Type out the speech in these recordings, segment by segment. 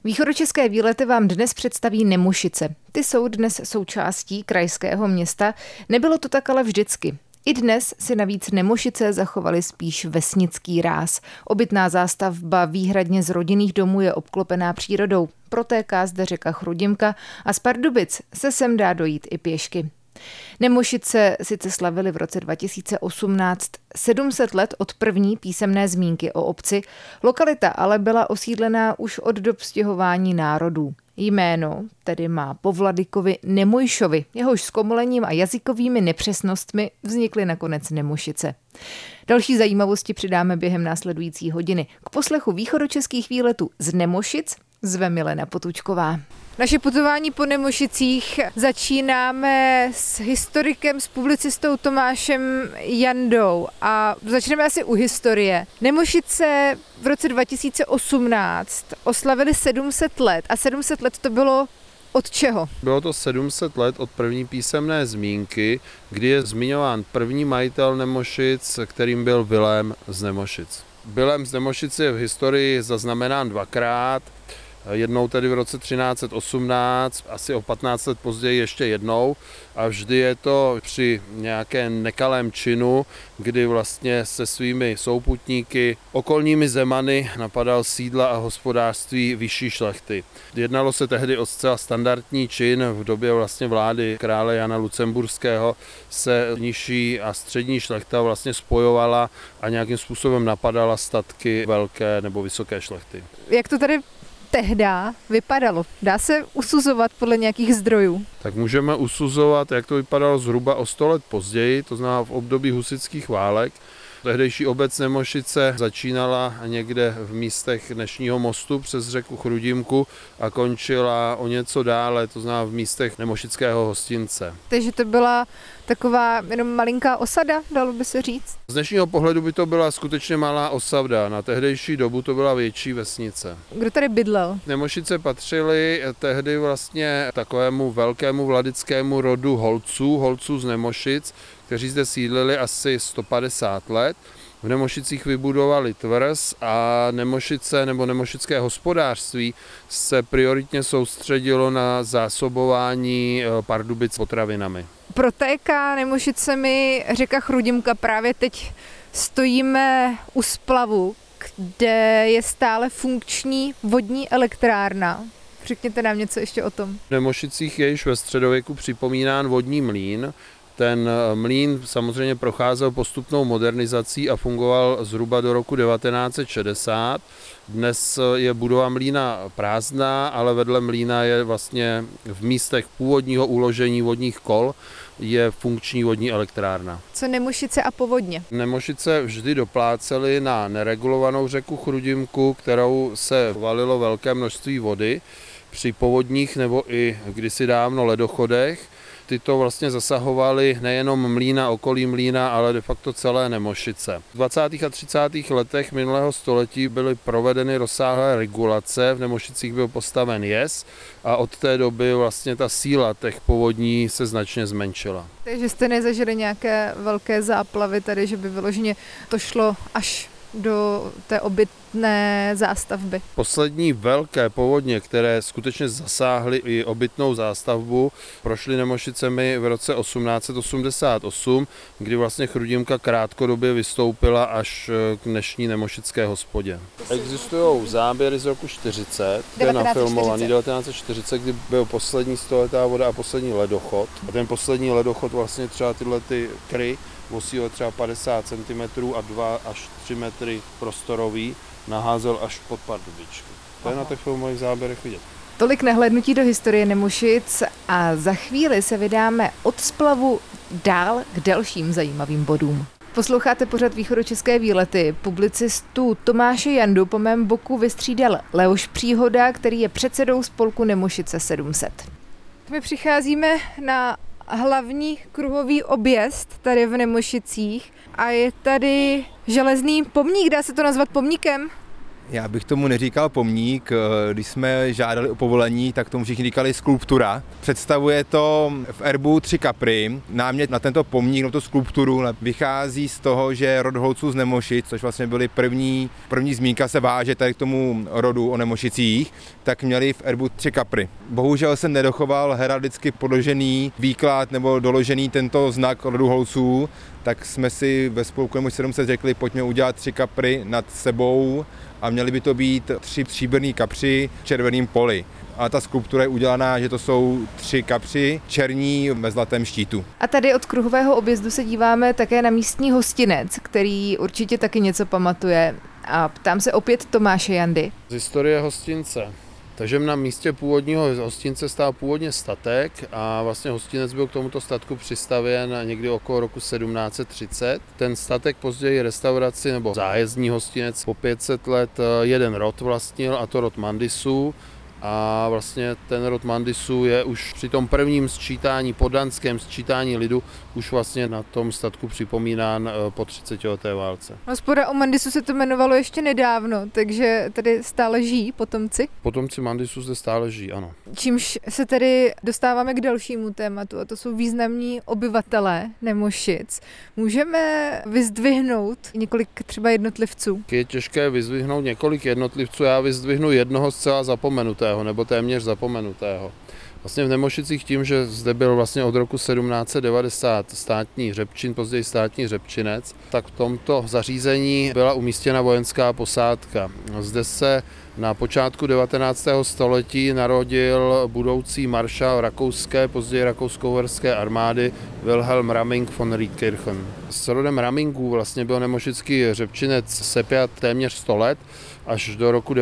Východočeské výlety vám dnes představí Nemošice. Ty jsou dnes součástí krajského města, nebylo to tak ale vždycky. I dnes si navíc Nemošice zachovaly spíš vesnický ráz. Obytná zástavba výhradně z rodinných domů je obklopená přírodou. Protéká zde řeka Chrudimka a z Pardubic se sem dá dojít i pěšky. Nemošice sice slavily v roce 2018 700 let od první písemné zmínky o obci, lokalita ale byla osídlená už od dob stěhování národů. Jméno tedy má po Vladykovi Nemojšovi, jehož zkomolením a jazykovými nepřesnostmi vznikly nakonec Nemošice. Další zajímavosti přidáme během následující hodiny. K poslechu východočeských výletů z Nemošic zve Milena Potůčková. Naše putování po Nemošicích začínáme s historikem, s publicistou Tomášem Jandou a začneme asi u historie. Nemošice v roce 2018 oslavili 700 let a 700 let to bylo od čeho? Bylo to 700 let od první písemné zmínky, kdy je zmiňován první majitel Nemošic, kterým byl Vilém z Nemošic. Vilém z Nemošic je v historii zaznamenán dvakrát. Jednou tedy v roce 1318, asi o 15 let později ještě jednou a vždy je to při nějakém nekalém činu, kdy vlastně se svými souputníky okolními zemany napadal sídla a hospodářství vyšší šlechty. Jednalo se tehdy o zcela standardní čin, v době vlastně vlády krále Jana Lucemburského se nižší a střední šlechta vlastně spojovala a nějakým způsobem napadala statky velké nebo vysoké šlechty. Jak to tady tehda vypadalo? Dá se usuzovat podle nějakých zdrojů? Tak můžeme usuzovat, jak to vypadalo zhruba o 100 let později, to znamená v období husitských válek. Tehdejší obec Nemošice začínala někde v místech dnešního mostu přes řeku Chrudimku a končila o něco dále, to znamená v místech Nemošického hostince. Takže to byla taková jenom malinká osada, dalo by se říct? Z dnešního pohledu by to byla skutečně malá osada, na tehdejší dobu to byla větší vesnice. Kdo tady bydlel? Nemošice patřily tehdy vlastně takovému velkému vladickému rodu Holců z Nemošic, kteří zde sídlili asi 150 let. V Nemošicích vybudovali tvrz a Nemošice nebo nemošické hospodářství se prioritně soustředilo na zásobování Pardubic potravinami. Protéká Nemošicemi řeka Chrudimka. Právě teď stojíme u splavu, kde je stále funkční vodní elektrárna. Řekněte nám něco ještě o tom. V Nemošicích je již ve středověku připomínán vodní mlýn. Ten mlýn samozřejmě procházel postupnou modernizací a fungoval zhruba do roku 1960. Dnes je budova mlýna prázdná, ale vedle mlýna je vlastně v místech původního uložení vodních kol je funkční vodní elektrárna. Co Nemošice a povodně? Nemošice vždy doplácely na neregulovanou řeku Chrudimku, kterou se valilo velké množství vody při povodních nebo i kdysi dávno ledochodech. Tyto vlastně zasahovaly nejenom mlýna, okolí mlýna, ale de facto celé Nemošice. V 20. a 30. letech minulého století byly provedeny rozsáhlé regulace, v Nemošicích byl postaven jez a od té doby vlastně ta síla těch povodní se značně zmenšila. Takže jste nezažili nějaké velké záplavy tady, že by vyloženě to šlo až do té obytné zástavby? Poslední velké povodně, které skutečně zasáhly i obytnou zástavbu, prošly Nemošicemi v roce 1888, kdy vlastně Chrudimka krátkodobě vystoupila až k dnešní nemošické hospodě. Existují záběry z roku 40, to je nafilmovaný 1940, kdy byl poslední stoletá voda a poslední ledochod. A ten poslední ledochod vlastně třeba tyhle ty kry o síle třeba 50 cm a 2 až 3 metry prostorový naházel až pod Pardubičky. To je na těch filmových záběrech vidět. Tolik nahlédnutí do historie Nemošic a za chvíli se vydáme od splavu dál k dalším zajímavým bodům. Posloucháte pořad Východočeské výlety. Publicistu Tomáše Jandu po mém boku vystřídal Leoš Příhoda, který je předsedou spolku Nemošice 700. My přicházíme na hlavní kruhový objezd tady v Nemošicích a je tady železný pomník, dá se to nazvat pomníkem? Já bych tomu neříkal pomník, když jsme žádali o povolení, tak tomu všichni říkali skulptura. Představuje to v erbu 3 kapry. Námět na tento pomník, na tu skulpturu vychází z toho, že rod Holců z Nemošic, což vlastně byly první zmínka se váže tady k tomu rodu o Nemošicích, tak měli v erbu 3 kapry. Bohužel se nedochoval heraldicky podložený výklad nebo doložený tento znak rodu Holců, tak jsme si ve spolku Nemošic 700 řekli, pojďme udělat 3 kapry nad sebou a měly by to být 3 stříbrný kapři v červeném poli. A ta skulptura je udělaná, že to jsou 3 kapři černí ve zlatém štítu. A tady od kruhového objezdu se díváme také na místní hostinec, který určitě taky něco pamatuje. A ptám se opět Tomáše Jandy. Z historie hostince. Takže na místě původního hostince stál původně statek a vlastně hostinec byl k tomuto statku přistavěn někdy okolo roku 1730. Ten statek později restauraci nebo zájezdní hostinec po 500 let jeden rod vlastnil, a to rod Mandisů. A vlastně ten rod Mandisů je už při tom prvním sčítání, poddanském sčítání lidu, už vlastně na tom statku připomínán po 30leté válce. Hospoda o Mandisu se to jmenovalo ještě nedávno, takže tady stále žijí potomci? Potomci Mandisů zde stále žijí, ano. Čímž se tedy dostáváme k dalšímu tématu, a to jsou významní obyvatelé Nemošic. Můžeme vyzdvihnout několik třeba jednotlivců? Je těžké vyzdvihnout několik jednotlivců, já vyzdvihnu jednoho zcela zapomenutého, nebo téměř zapomenutého. Vlastně v Nemošicích tím, že zde byl vlastně od roku 1790 státní hřebčin, později státní hřebčinec, tak v tomto zařízení byla umístěna vojenská posádka. Zde se na počátku 19. století narodil budoucí maršál rakouské, později rakousko-uherské armády Wilhelm Raming von Rietkirchen. S rodem Ramingů vlastně byl nemošický hřebčinec sepjat téměř 100 let, až do roku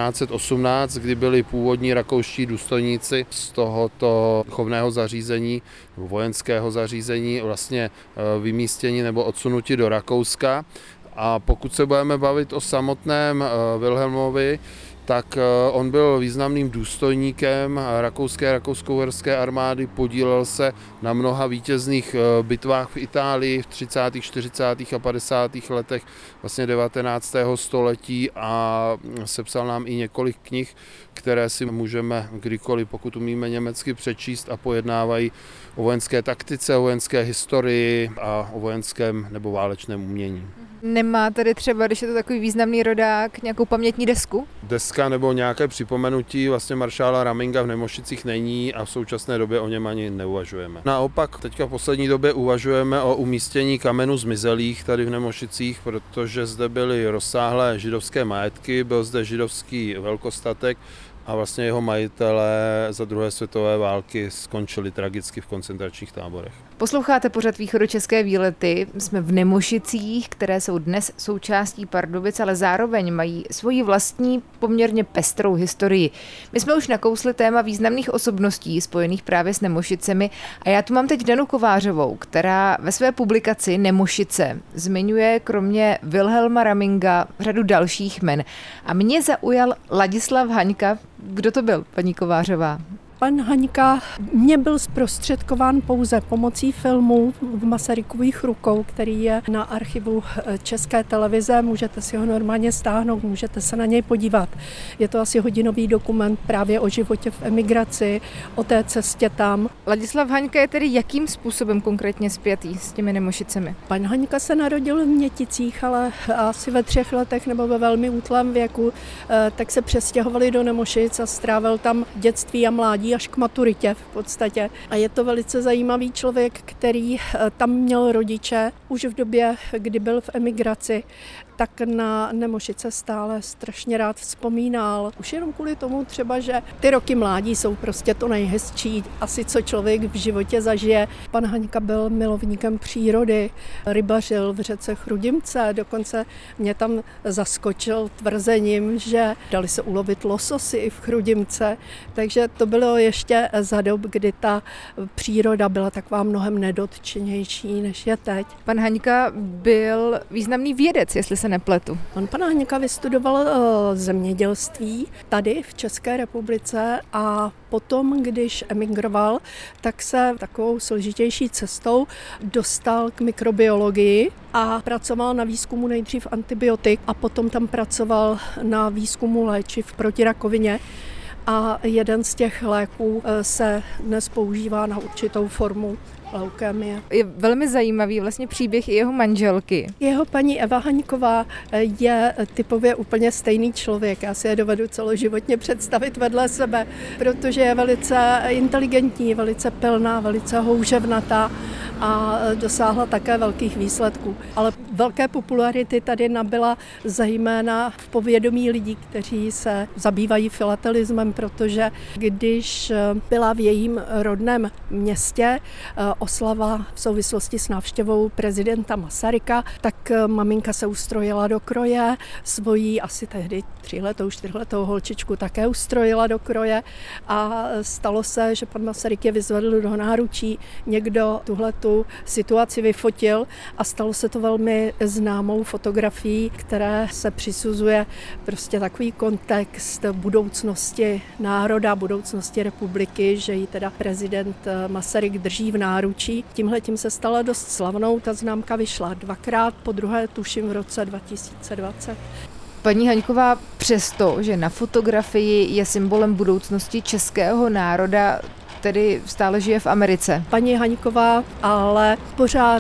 1918, kdy byli původní rakouští důstojníci z tohoto chovného zařízení, nebo vojenského zařízení vlastně vymístěni nebo odsunuti do Rakouska. A pokud se budeme bavit o samotném Wilhelmovi, tak on byl významným důstojníkem rakousko-uherské armády, podílel se na mnoha vítězných bitvách v Itálii v 30., 40. a 50. letech vlastně 19. století a sepsal nám i několik knih, které si můžeme kdykoliv, pokud umíme německy, přečíst a pojednávají o vojenské taktice, o vojenské historii a o vojenském nebo válečném umění. Nemá tady třeba, když je to takový významný rodák, nějakou pamětní desku? Deska nebo nějaké připomenutí vlastně maršála Raminga v Nemošicích není a v současné době o něm ani neuvažujeme. Naopak teďka v poslední době uvažujeme o umístění kamenů zmizelých tady v Nemošicích, protože zde byly rozsáhlé židovské majetky, byl zde židovský velkostatek a vlastně jeho majitelé za druhé světové války skončili tragicky v koncentračních táborech. Posloucháte pořad Východočeské výlety. Jsme v Nemošicích, které jsou dnes součástí Pardubic, ale zároveň mají svoji vlastní poměrně pestrou historii. My jsme už nakousli téma významných osobností spojených právě s Nemošicemi a já tu mám teď Danu Kovářovou, která ve své publikaci Nemošice zmiňuje kromě Wilhelma Raminga řadu dalších jmen. A mě zaujal Ladislav Haňka. Kdo to byl, paní Kovářová? Pan Haňka mně byl zprostředkován pouze pomocí filmu v Masarykových rukou, který je na archivu České televize. Můžete si ho normálně stáhnout, můžete se na něj podívat. Je to asi hodinový dokument právě o životě v emigraci, o té cestě tam. Ladislav Haňka je tedy jakým způsobem konkrétně spjatý s těmi Nemošicemi? Pan Haňka se narodil v Měticích, ale asi ve 3 letech nebo ve velmi útlém věku, tak se přestěhovali do Nemošic a strávil tam dětství a mládí až k maturitě v podstatě. A je to velice zajímavý člověk, který tam měl rodiče už v době, kdy byl v emigraci, tak na Nemošice stále strašně rád vzpomínal. Už jenom kvůli tomu třeba, že ty roky mládí jsou prostě to nejhezčí, asi co člověk v životě zažije. Pan Haňka byl milovníkem přírody, rybařil v řece Chrudimce, dokonce mě tam zaskočil tvrzením, že dali se ulovit lososy i v Chrudimce, takže to bylo ještě za dob, kdy ta příroda byla taková mnohem nedotčenější, než je teď. Pan Haňka byl významný vědec, jestli se se nepletu. Pan Haňka vystudoval zemědělství tady v České republice a potom, když emigroval, tak se takovou složitější cestou dostal k mikrobiologii a pracoval na výzkumu nejdřív antibiotik a potom tam pracoval na výzkumu léčiv proti rakovině. A jeden z těch léků se dnes používá na určitou formu leukémie. Je velmi zajímavý vlastně příběh i jeho manželky. Jeho paní Eva Haňková je typově úplně stejný člověk. Já si je dovedu celoživotně představit vedle sebe, protože je velice inteligentní, velice pilná, velice houževnatá a dosáhla také velkých výsledků. Ale velké popularity tady nabyla zejména v povědomí lidí, kteří se zabývají filatelismem, protože když byla v jejím rodném městě oslava v souvislosti s návštěvou prezidenta Masaryka, tak maminka se ustrojila do kroje, svoji asi tehdy 4letou holčičku také ustrojila do kroje a stalo se, že pan Masaryk je vyzvedl do náručí, někdo tuhletu situaci vyfotil a stalo se to velmi známou fotografií, které se přisuzuje prostě takový kontext budoucnosti národa, budoucnosti republiky, že ji teda prezident Masaryk drží v náručí. Tímhletím se stala dost slavnou, ta známka vyšla dvakrát, po druhé tuším v roce 2020. Paní Haňková přesto, že na fotografii je symbolem budoucnosti českého národa, tedy stále žije v Americe. Paní Haňková ale pořád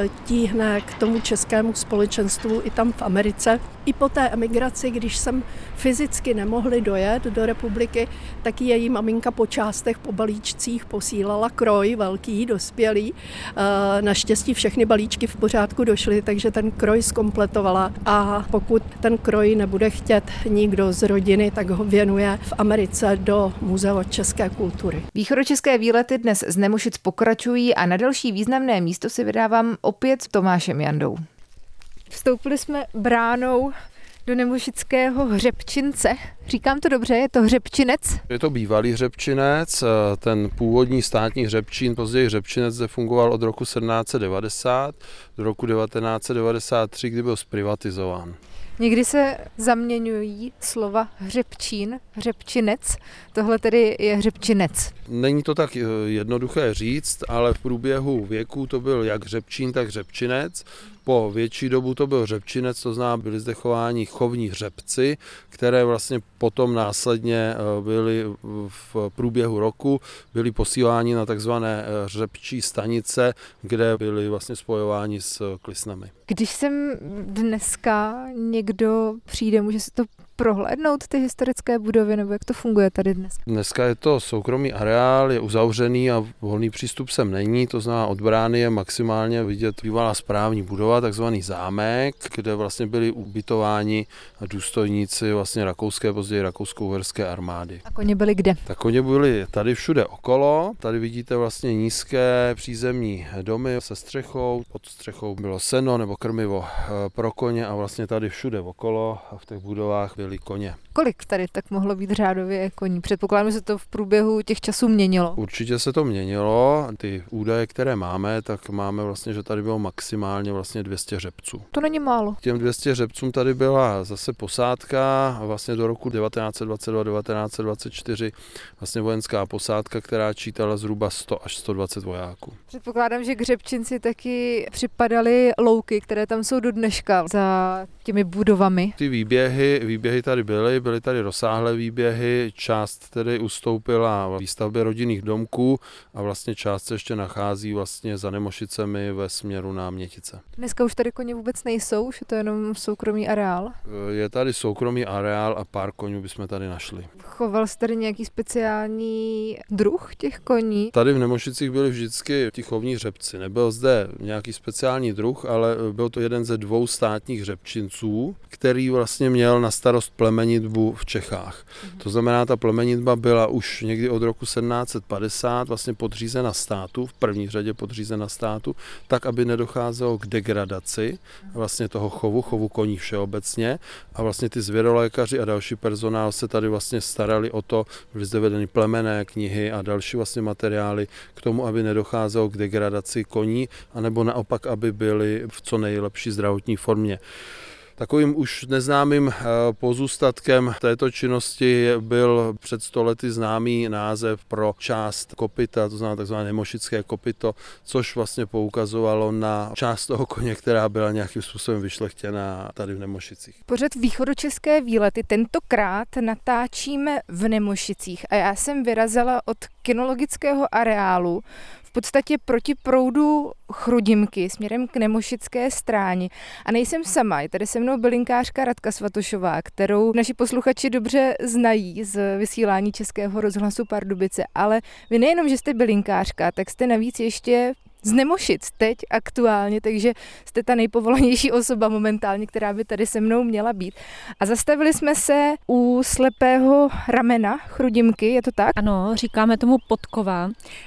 tíhne k tomu českému společenstvu i tam v Americe. I po té emigraci, když jsem fyzicky nemohli dojet do republiky, tak její maminka po částech, po balíčcích posílala kroj velký, dospělý. Naštěstí všechny balíčky v pořádku došly, takže ten kroj zkompletovala a pokud ten kroj nebude chtět nikdo z rodiny, tak ho věnuje v Americe do Muzea české kultury. Východočeské výlety dnes z Nemošic pokračují a na další významné místo si vydávám opět s Tomášem Jandou. Vstoupili jsme bránou do nemošického Hřebčince. Říkám to dobře, je to Hřebčinec? Je to bývalý Hřebčinec, ten původní státní Hřebčín, později Hřebčinec, zde fungoval od roku 1790 do roku 1993, kdy byl zprivatizován. Někdy se zaměňují slova Hřebčín, Hřebčinec, tohle tedy je Hřebčinec. Není to tak jednoduché říct, ale v průběhu věků to byl jak Hřebčín, tak Hřebčinec. Po větší dobu to byl Hřebčinec, to znamená, byli zde chováni chovní hřebci, které vlastně potom následně byly v průběhu roku byly posíláni na takzvané hřebčí stanice, kde byli vlastně spojováni s klisnami. Když sem dneska někdo přijde, může si to prohlédnout, ty historické budovy, nebo jak to funguje tady dnes? Dneska je to soukromý areál, je uzavřený a volný přístup sem není, to znamená od brány je maximálně vidět bývalá správní budova, takzvaný zámek, kde vlastně byli ubytováni důstojníci vlastně rakouské, později rakousko-uherské armády. A koně byli kde? Tak koně byli tady všude okolo, tady vidíte vlastně nízké přízemní domy se střechou, pod střechou bylo seno nebo krmivo pro koně a vlastně tady všude okolo v těch budovách byly koně. Kolik tady tak mohlo být řádově koní? Předpokládám, že se to v průběhu těch časů měnilo. Určitě se to měnilo. Ty údaje, které máme, tak máme vlastně, že tady bylo maximálně vlastně 200 hřebců. To není málo. Těm 200 hřebcům tady byla zase posádka a vlastně do roku 1922-1924 vlastně vojenská posádka, která čítala zhruba 100 až 120 vojáků. Předpokládám, že k Hřebčinci taky připadaly louky, které tam jsou do dneška za těmi budovami. Ty výběhy tady byly tady rozsáhlé výběhy, část tedy ustoupila výstavbě rodinných domků a vlastně část se ještě nachází vlastně za Nemošicemi ve směru na Mětice. Dneska už tady koně vůbec nejsou, už je to jenom soukromý areál. Je tady soukromý areál a pár koňů bychom tady našli. Choval jste tady nějaký speciální druh těch koní? Tady v Nemošicích byli vždycky ti chovní hřebci. Nebyl zde nějaký speciální druh, ale byl to jeden ze 2 státních hřebčinců, který vlastně měl na starost plemenitbu v Čechách. To znamená, ta plemenitba byla už někdy od roku 1750 vlastně podřízena státu, v první řadě podřízena státu, tak, aby nedocházelo k degradaci vlastně toho chovu koní všeobecně a vlastně ty zvěrolékaři a další personál se tady vlastně starali o to, byly zde vedeny plemenné knihy a další vlastně materiály k tomu, aby nedocházelo k degradaci koní, anebo naopak, aby byly v co nejlepší zdravotní formě. Takovým už neznámým pozůstatkem této činnosti byl před 100 lety známý název pro část kopyta, to znamená takzvané nemošické kopyto, což vlastně poukazovalo na část toho koně, která byla nějakým způsobem vyšlechtěná tady v Nemošicích. Pořad Východočeské výlety tentokrát natáčíme v Nemošicích a já jsem vyrazila od kinologického areálu v podstatě proti proudu Chrudimky směrem k Nemošické stráni. A nejsem sama, je tady se mnou bylinkářka Radka Svatošová, kterou naši posluchači dobře znají z vysílání Českého rozhlasu Pardubice, ale vy nejenom, že jste bylinkářka, tak jste navíc ještě z Nemošic teď aktuálně, takže jste ta nejpovolanější osoba momentálně, která by tady se mnou měla být. A zastavili jsme se u slepého ramena Chrudimky, je to tak? Ano, říkáme tomu Podkova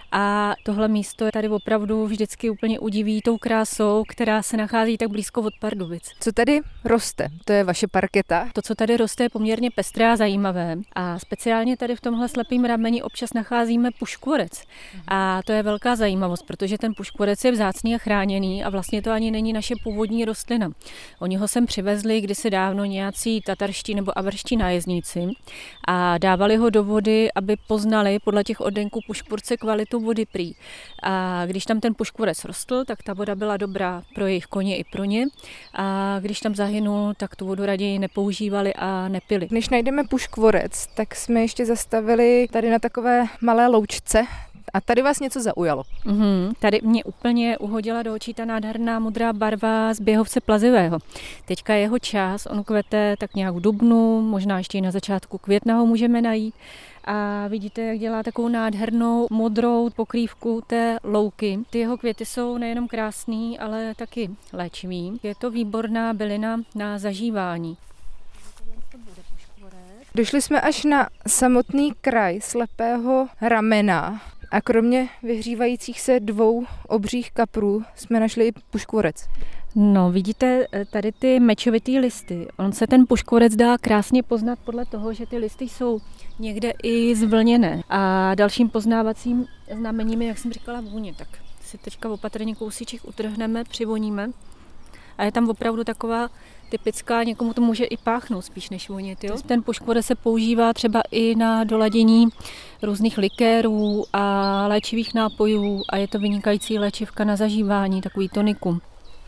a tohle místo tady opravdu vždycky úplně udiví tou krásou, která se nachází tak blízko od Pardubic. Co tady roste? To je vaše parketa? To, co tady roste, je poměrně pestré a zajímavé. A speciálně tady v tomhle slepém rameni občas nacházíme puškvorec. A to je velká zajímavost, protože ten puškvorec je vzácný a chráněný a vlastně to ani není naše původní rostlina. Oni ho sem přivezli kdysi dávno nějací tatarští nebo averští nájezdníci a dávali ho do vody, aby poznali podle těch oddenků puškvorce kvalitu vody prý. A když tam ten puškvorec rostl, tak ta voda byla dobrá pro jejich koně i pro ně. A když tam zahynul, tak tu vodu raději nepoužívali a nepili. Než najdeme puškvorec, tak jsme ještě zastavili tady na takové malé loučce. A tady vás něco zaujalo? Tady mě úplně uhodila do očí ta nádherná modrá barva z běhovce plazivého. Teďka je jeho čas, on kvete tak nějak v dubnu, možná ještě i na začátku května ho můžeme najít. A vidíte, jak dělá takovou nádhernou modrou pokrývku té louky. Ty jeho květy jsou nejenom krásný, ale taky léčivý. Je to výborná bylina na zažívání. Došli jsme až na samotný kraj slepého ramena a kromě vyhřívajících se 2 obřích kaprů jsme našli i puškvorec. No, vidíte tady ty mečovitý listy. On se ten puškvorec dá krásně poznat podle toho, že ty listy jsou někde i zvlněné. A dalším poznávacím znamením je, jak jsem říkala, vůně. Tak si teďka opatrně kousíček utrhneme, přivoníme. A je tam opravdu taková typická, někomu to může i páchnout spíš než vonit. Jo? Ten puškvorec se používá třeba i na doladění různých likérů a léčivých nápojů a je to vynikající léčivka na zažívání, takový tonikum.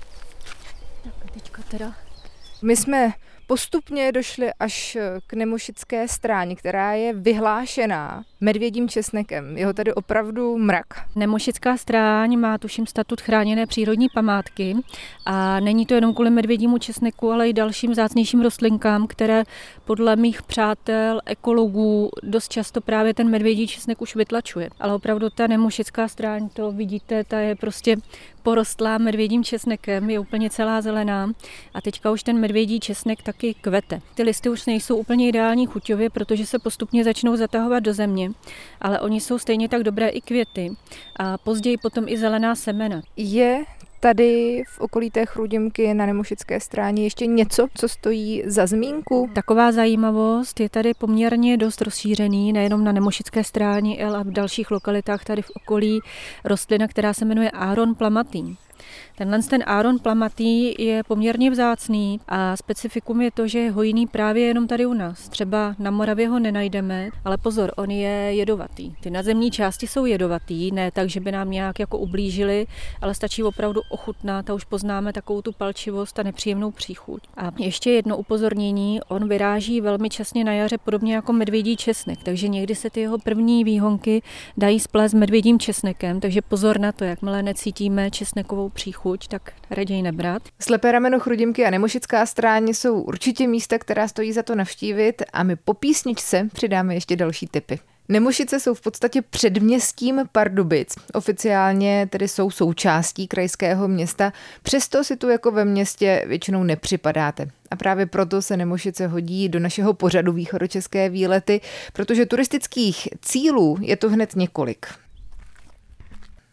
Tak teďka teda. My jsme postupně došli až k Nemošické stráni, která je vyhlášená medvědím česnekem. Je ho tady opravdu mrak. Nemošická stráň má tuším statut chráněné přírodní památky a není to jenom kvůli medvědímu česneku, ale i dalším vzácnějším rostlinkám, které podle mých přátel, ekologů, dost často právě ten medvědí česnek už vytlačuje. Ale opravdu ta Nemošická stráň, to vidíte, ta je prostě porostlá medvědím česnekem, je úplně celá zelená a teďka už ten medvědí česnek taky kvete. Ty listy už nejsou úplně ideální chuťově, protože se postupně začnou zatahovat do země, ale oni jsou stejně tak dobré i květy a později potom i zelená semena. Je tady v okolí té Chrudimky na Nemošické stráně ještě něco, co stojí za zmínku? Taková zajímavost je tady poměrně dost rozšířený, nejenom na Nemošické stráni, ale v dalších lokalitách tady v okolí rostlina, která se jmenuje áron plamatý. Ten áron plamatý je poměrně vzácný a specifikum je to, že je hojný právě jenom tady u nás. Třeba na Moravě ho nenajdeme, ale pozor, on je jedovatý. Ty nadzemní části jsou jedovatý, ne tak, že by nám nějak jako ublížili, ale stačí opravdu ochutnat a už poznáme takovou tu palčivost a nepříjemnou příchuť. A ještě jedno upozornění, on vyráží velmi časně na jaře podobně jako medvědí česnek, takže někdy se ty jeho první výhonky dají splést s medvědím česnekem, takže pozor na to, jakmile necítíme česnekovou příchuť, tak raději nebrat. Slepé rameno Chrudimky a Nemošická stráň jsou určitě místa, která stojí za to navštívit a my po písničce přidáme ještě další tipy. Nemošice jsou v podstatě předměstím Pardubic. Oficiálně tedy jsou součástí krajského města, přesto si tu jako ve městě většinou nepřipadáte. A právě proto se Nemošice hodí do našeho pořadu Východočeské výlety, protože turistických cílů je tu hned několik.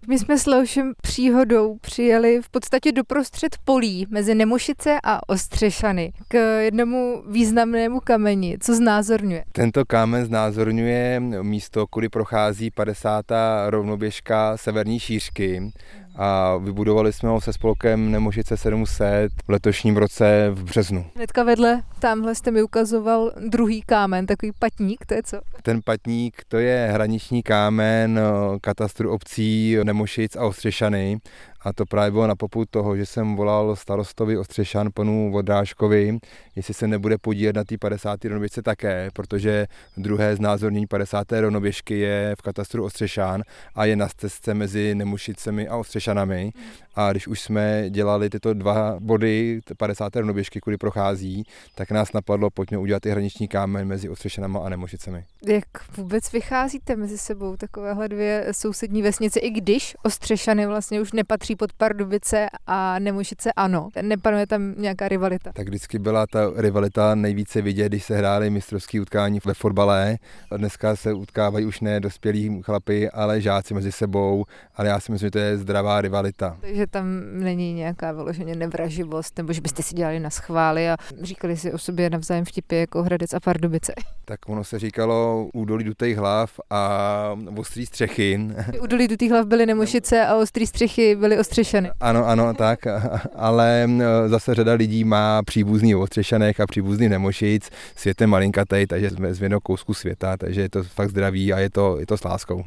My jsme s Leošem příhodou přijeli v podstatě doprostřed polí mezi Nemošice a Ostřešany k jednomu významnému kameni. Co znázorňuje? Tento kámen znázorňuje místo, kudy prochází 50. rovnoběžka severní šířky a vybudovali jsme ho se spolkem Nemošice 700 v letošním roce v březnu. Hnedka vedle, tamhle jste mi ukazoval druhý kámen, takový patník, to je co? Ten patník, to je hraniční kámen katastru obcí Nemošic a Ostřešany. A to právě bylo na popud toho, že jsem volal starostovi Ostřešan, panu Vodrážkovi, jestli se nebude podílet na té 50. rovnoběžce také, protože druhé znázornění 50. rovnoběžky je v katastru Ostřešan a je na stezce mezi Nemošicemi a Ostřešanami. A když už jsme dělali tyto dva body 50. rovnoběžky, kudy prochází, tak nás napadlo, pojďme udělat i hraniční kámen mezi Ostřešanama a Nemošicemi. Jak vůbec vycházíte mezi sebou takovéhle dvě sousední vesnice, i když Ostřešany vlastně už nepatří pod Pardubice a Nemošice ano. Nepanuje tam nějaká rivalita? Tak vždycky byla ta rivalita nejvíce vidět, když se hrály mistrovské utkání ve fotbale. Dneska se utkávají už ne dospělí chlapi, ale žáci mezi sebou, ale já si myslím, že to je zdravá rivalita. Takže tam není nějaká vyloženě nevraživost, nebo že byste si dělali na schvály a říkali si o sobě navzájem vtipy jako Hradec a Pardubice. Tak ono se říkalo údolí dutých hlav a ostrý střechy. Údolí dutých hlav byly Nemošice a ostrý střechy byly Ostřešany. Ano, tak, ale zase řada lidí má příbuzný v Ostřešanech a příbuzný v Nemošic, svět je malinkatej, takže jsme z jednoho kousku světa, takže je to fakt zdraví a je to s láskou.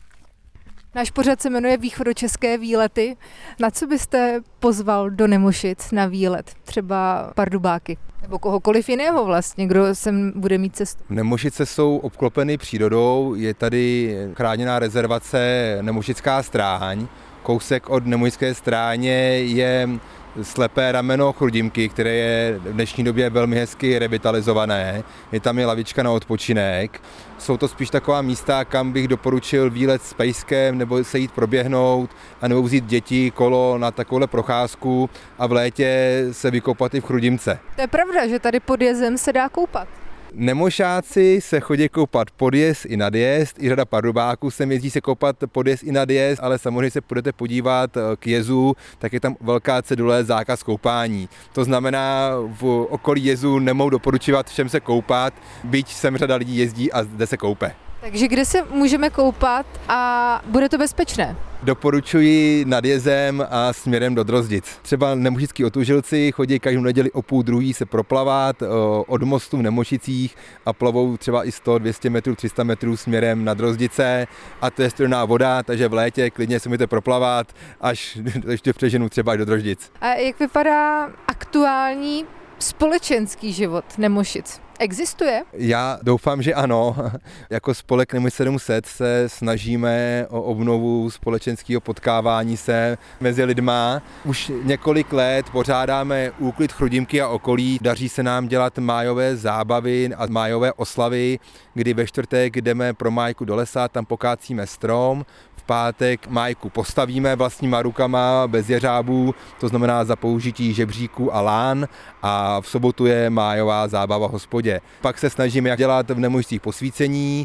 Náš pořad se jmenuje Východočeské výlety. Na co byste pozval do Nemošic na výlet? Třeba Pardubáky? Nebo kohokoliv jiného vlastně, kdo sem bude mít cestu? Nemošice jsou obklopeny přírodou, je tady chráněná rezervace Nemošická stráň. Kousek od Nemošické stráně je slepé rameno Chrudimky, které je v dnešní době velmi hezky revitalizované. Je tam i lavička na odpočinek. Jsou to spíš taková místa, kam bych doporučil výlet s pejskem nebo se jít proběhnout a nebo vzít děti kolo na takovouhle procházku a v létě se vykopat i v Chrudimce. To je pravda, že tady pod jezem se dá koupat. Nemošáci se chodí koupat podjezd i nadjezd, i řada Pardubáků sem jezdí se koupat podjezd i nadjezd, ale samozřejmě se budete podívat k jezu, tak je tam velká cedule zákaz koupání. To znamená, v okolí jezu nemohou doporučovat všem se koupat, byť sem řada lidí jezdí a zde se koupe. Takže kde se můžeme koupat a bude to bezpečné? Doporučuji nad jezem a směrem do Drozdic. Třeba nemošický otužilci chodí každou neděli o 12:30 se proplavat od mostu v Nemošicích a plavou třeba i 100, 200 metrů, 300 metrů směrem na Drozdice a to je studená voda, takže v létě klidně se můžete proplavat až ještě přeženu třeba i do Drozdic. A jak vypadá aktuální společenský život Nemošic? Existuje? Já doufám, že ano. Jako spolek Nemošic 700 se snažíme o obnovu společenského potkávání se mezi lidma. Už několik let pořádáme úklid Chrudimky a okolí. Daří se nám dělat májové zábavy a májové oslavy, kdy ve čtvrtek jdeme pro májku do lesa, tam pokácíme strom. V pátek májku postavíme vlastníma rukama, bez jeřábů, to znamená za použití žebříků a lán a v sobotu je májová zábava v hospodě. Pak se snažíme dělat v Nemošicích posvícení,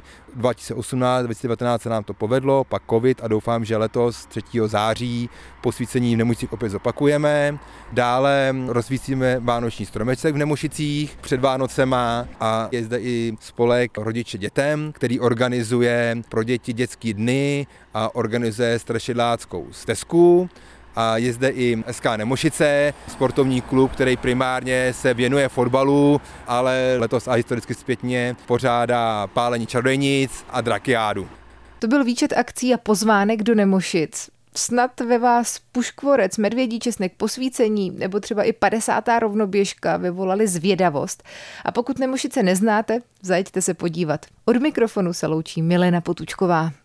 2018, 2019 se nám to povedlo, pak covid a doufám, že letos 3. září posvícení v Nemošicích opět zopakujeme. Dále rozsvítíme vánoční stromeček v Nemošicích před Vánocema a je zde i spolek Rodiče dětem, který organizuje pro děti dětský dny a organizuje strašidláckou stezku. A je zde i SK Nemošice, sportovní klub, který primárně se věnuje fotbalu, ale letos a historicky zpětně pořádá pálení čarodějnic a drakiádu. To byl výčet akcí a pozvánek do Nemošic. Snad ve vás puškvorec, medvědí česnek, posvícení nebo třeba i 50. rovnoběžka vyvolali zvědavost. A pokud Nemošice neznáte, zajďte se podívat. Od mikrofonu se loučí Milena Potůčková.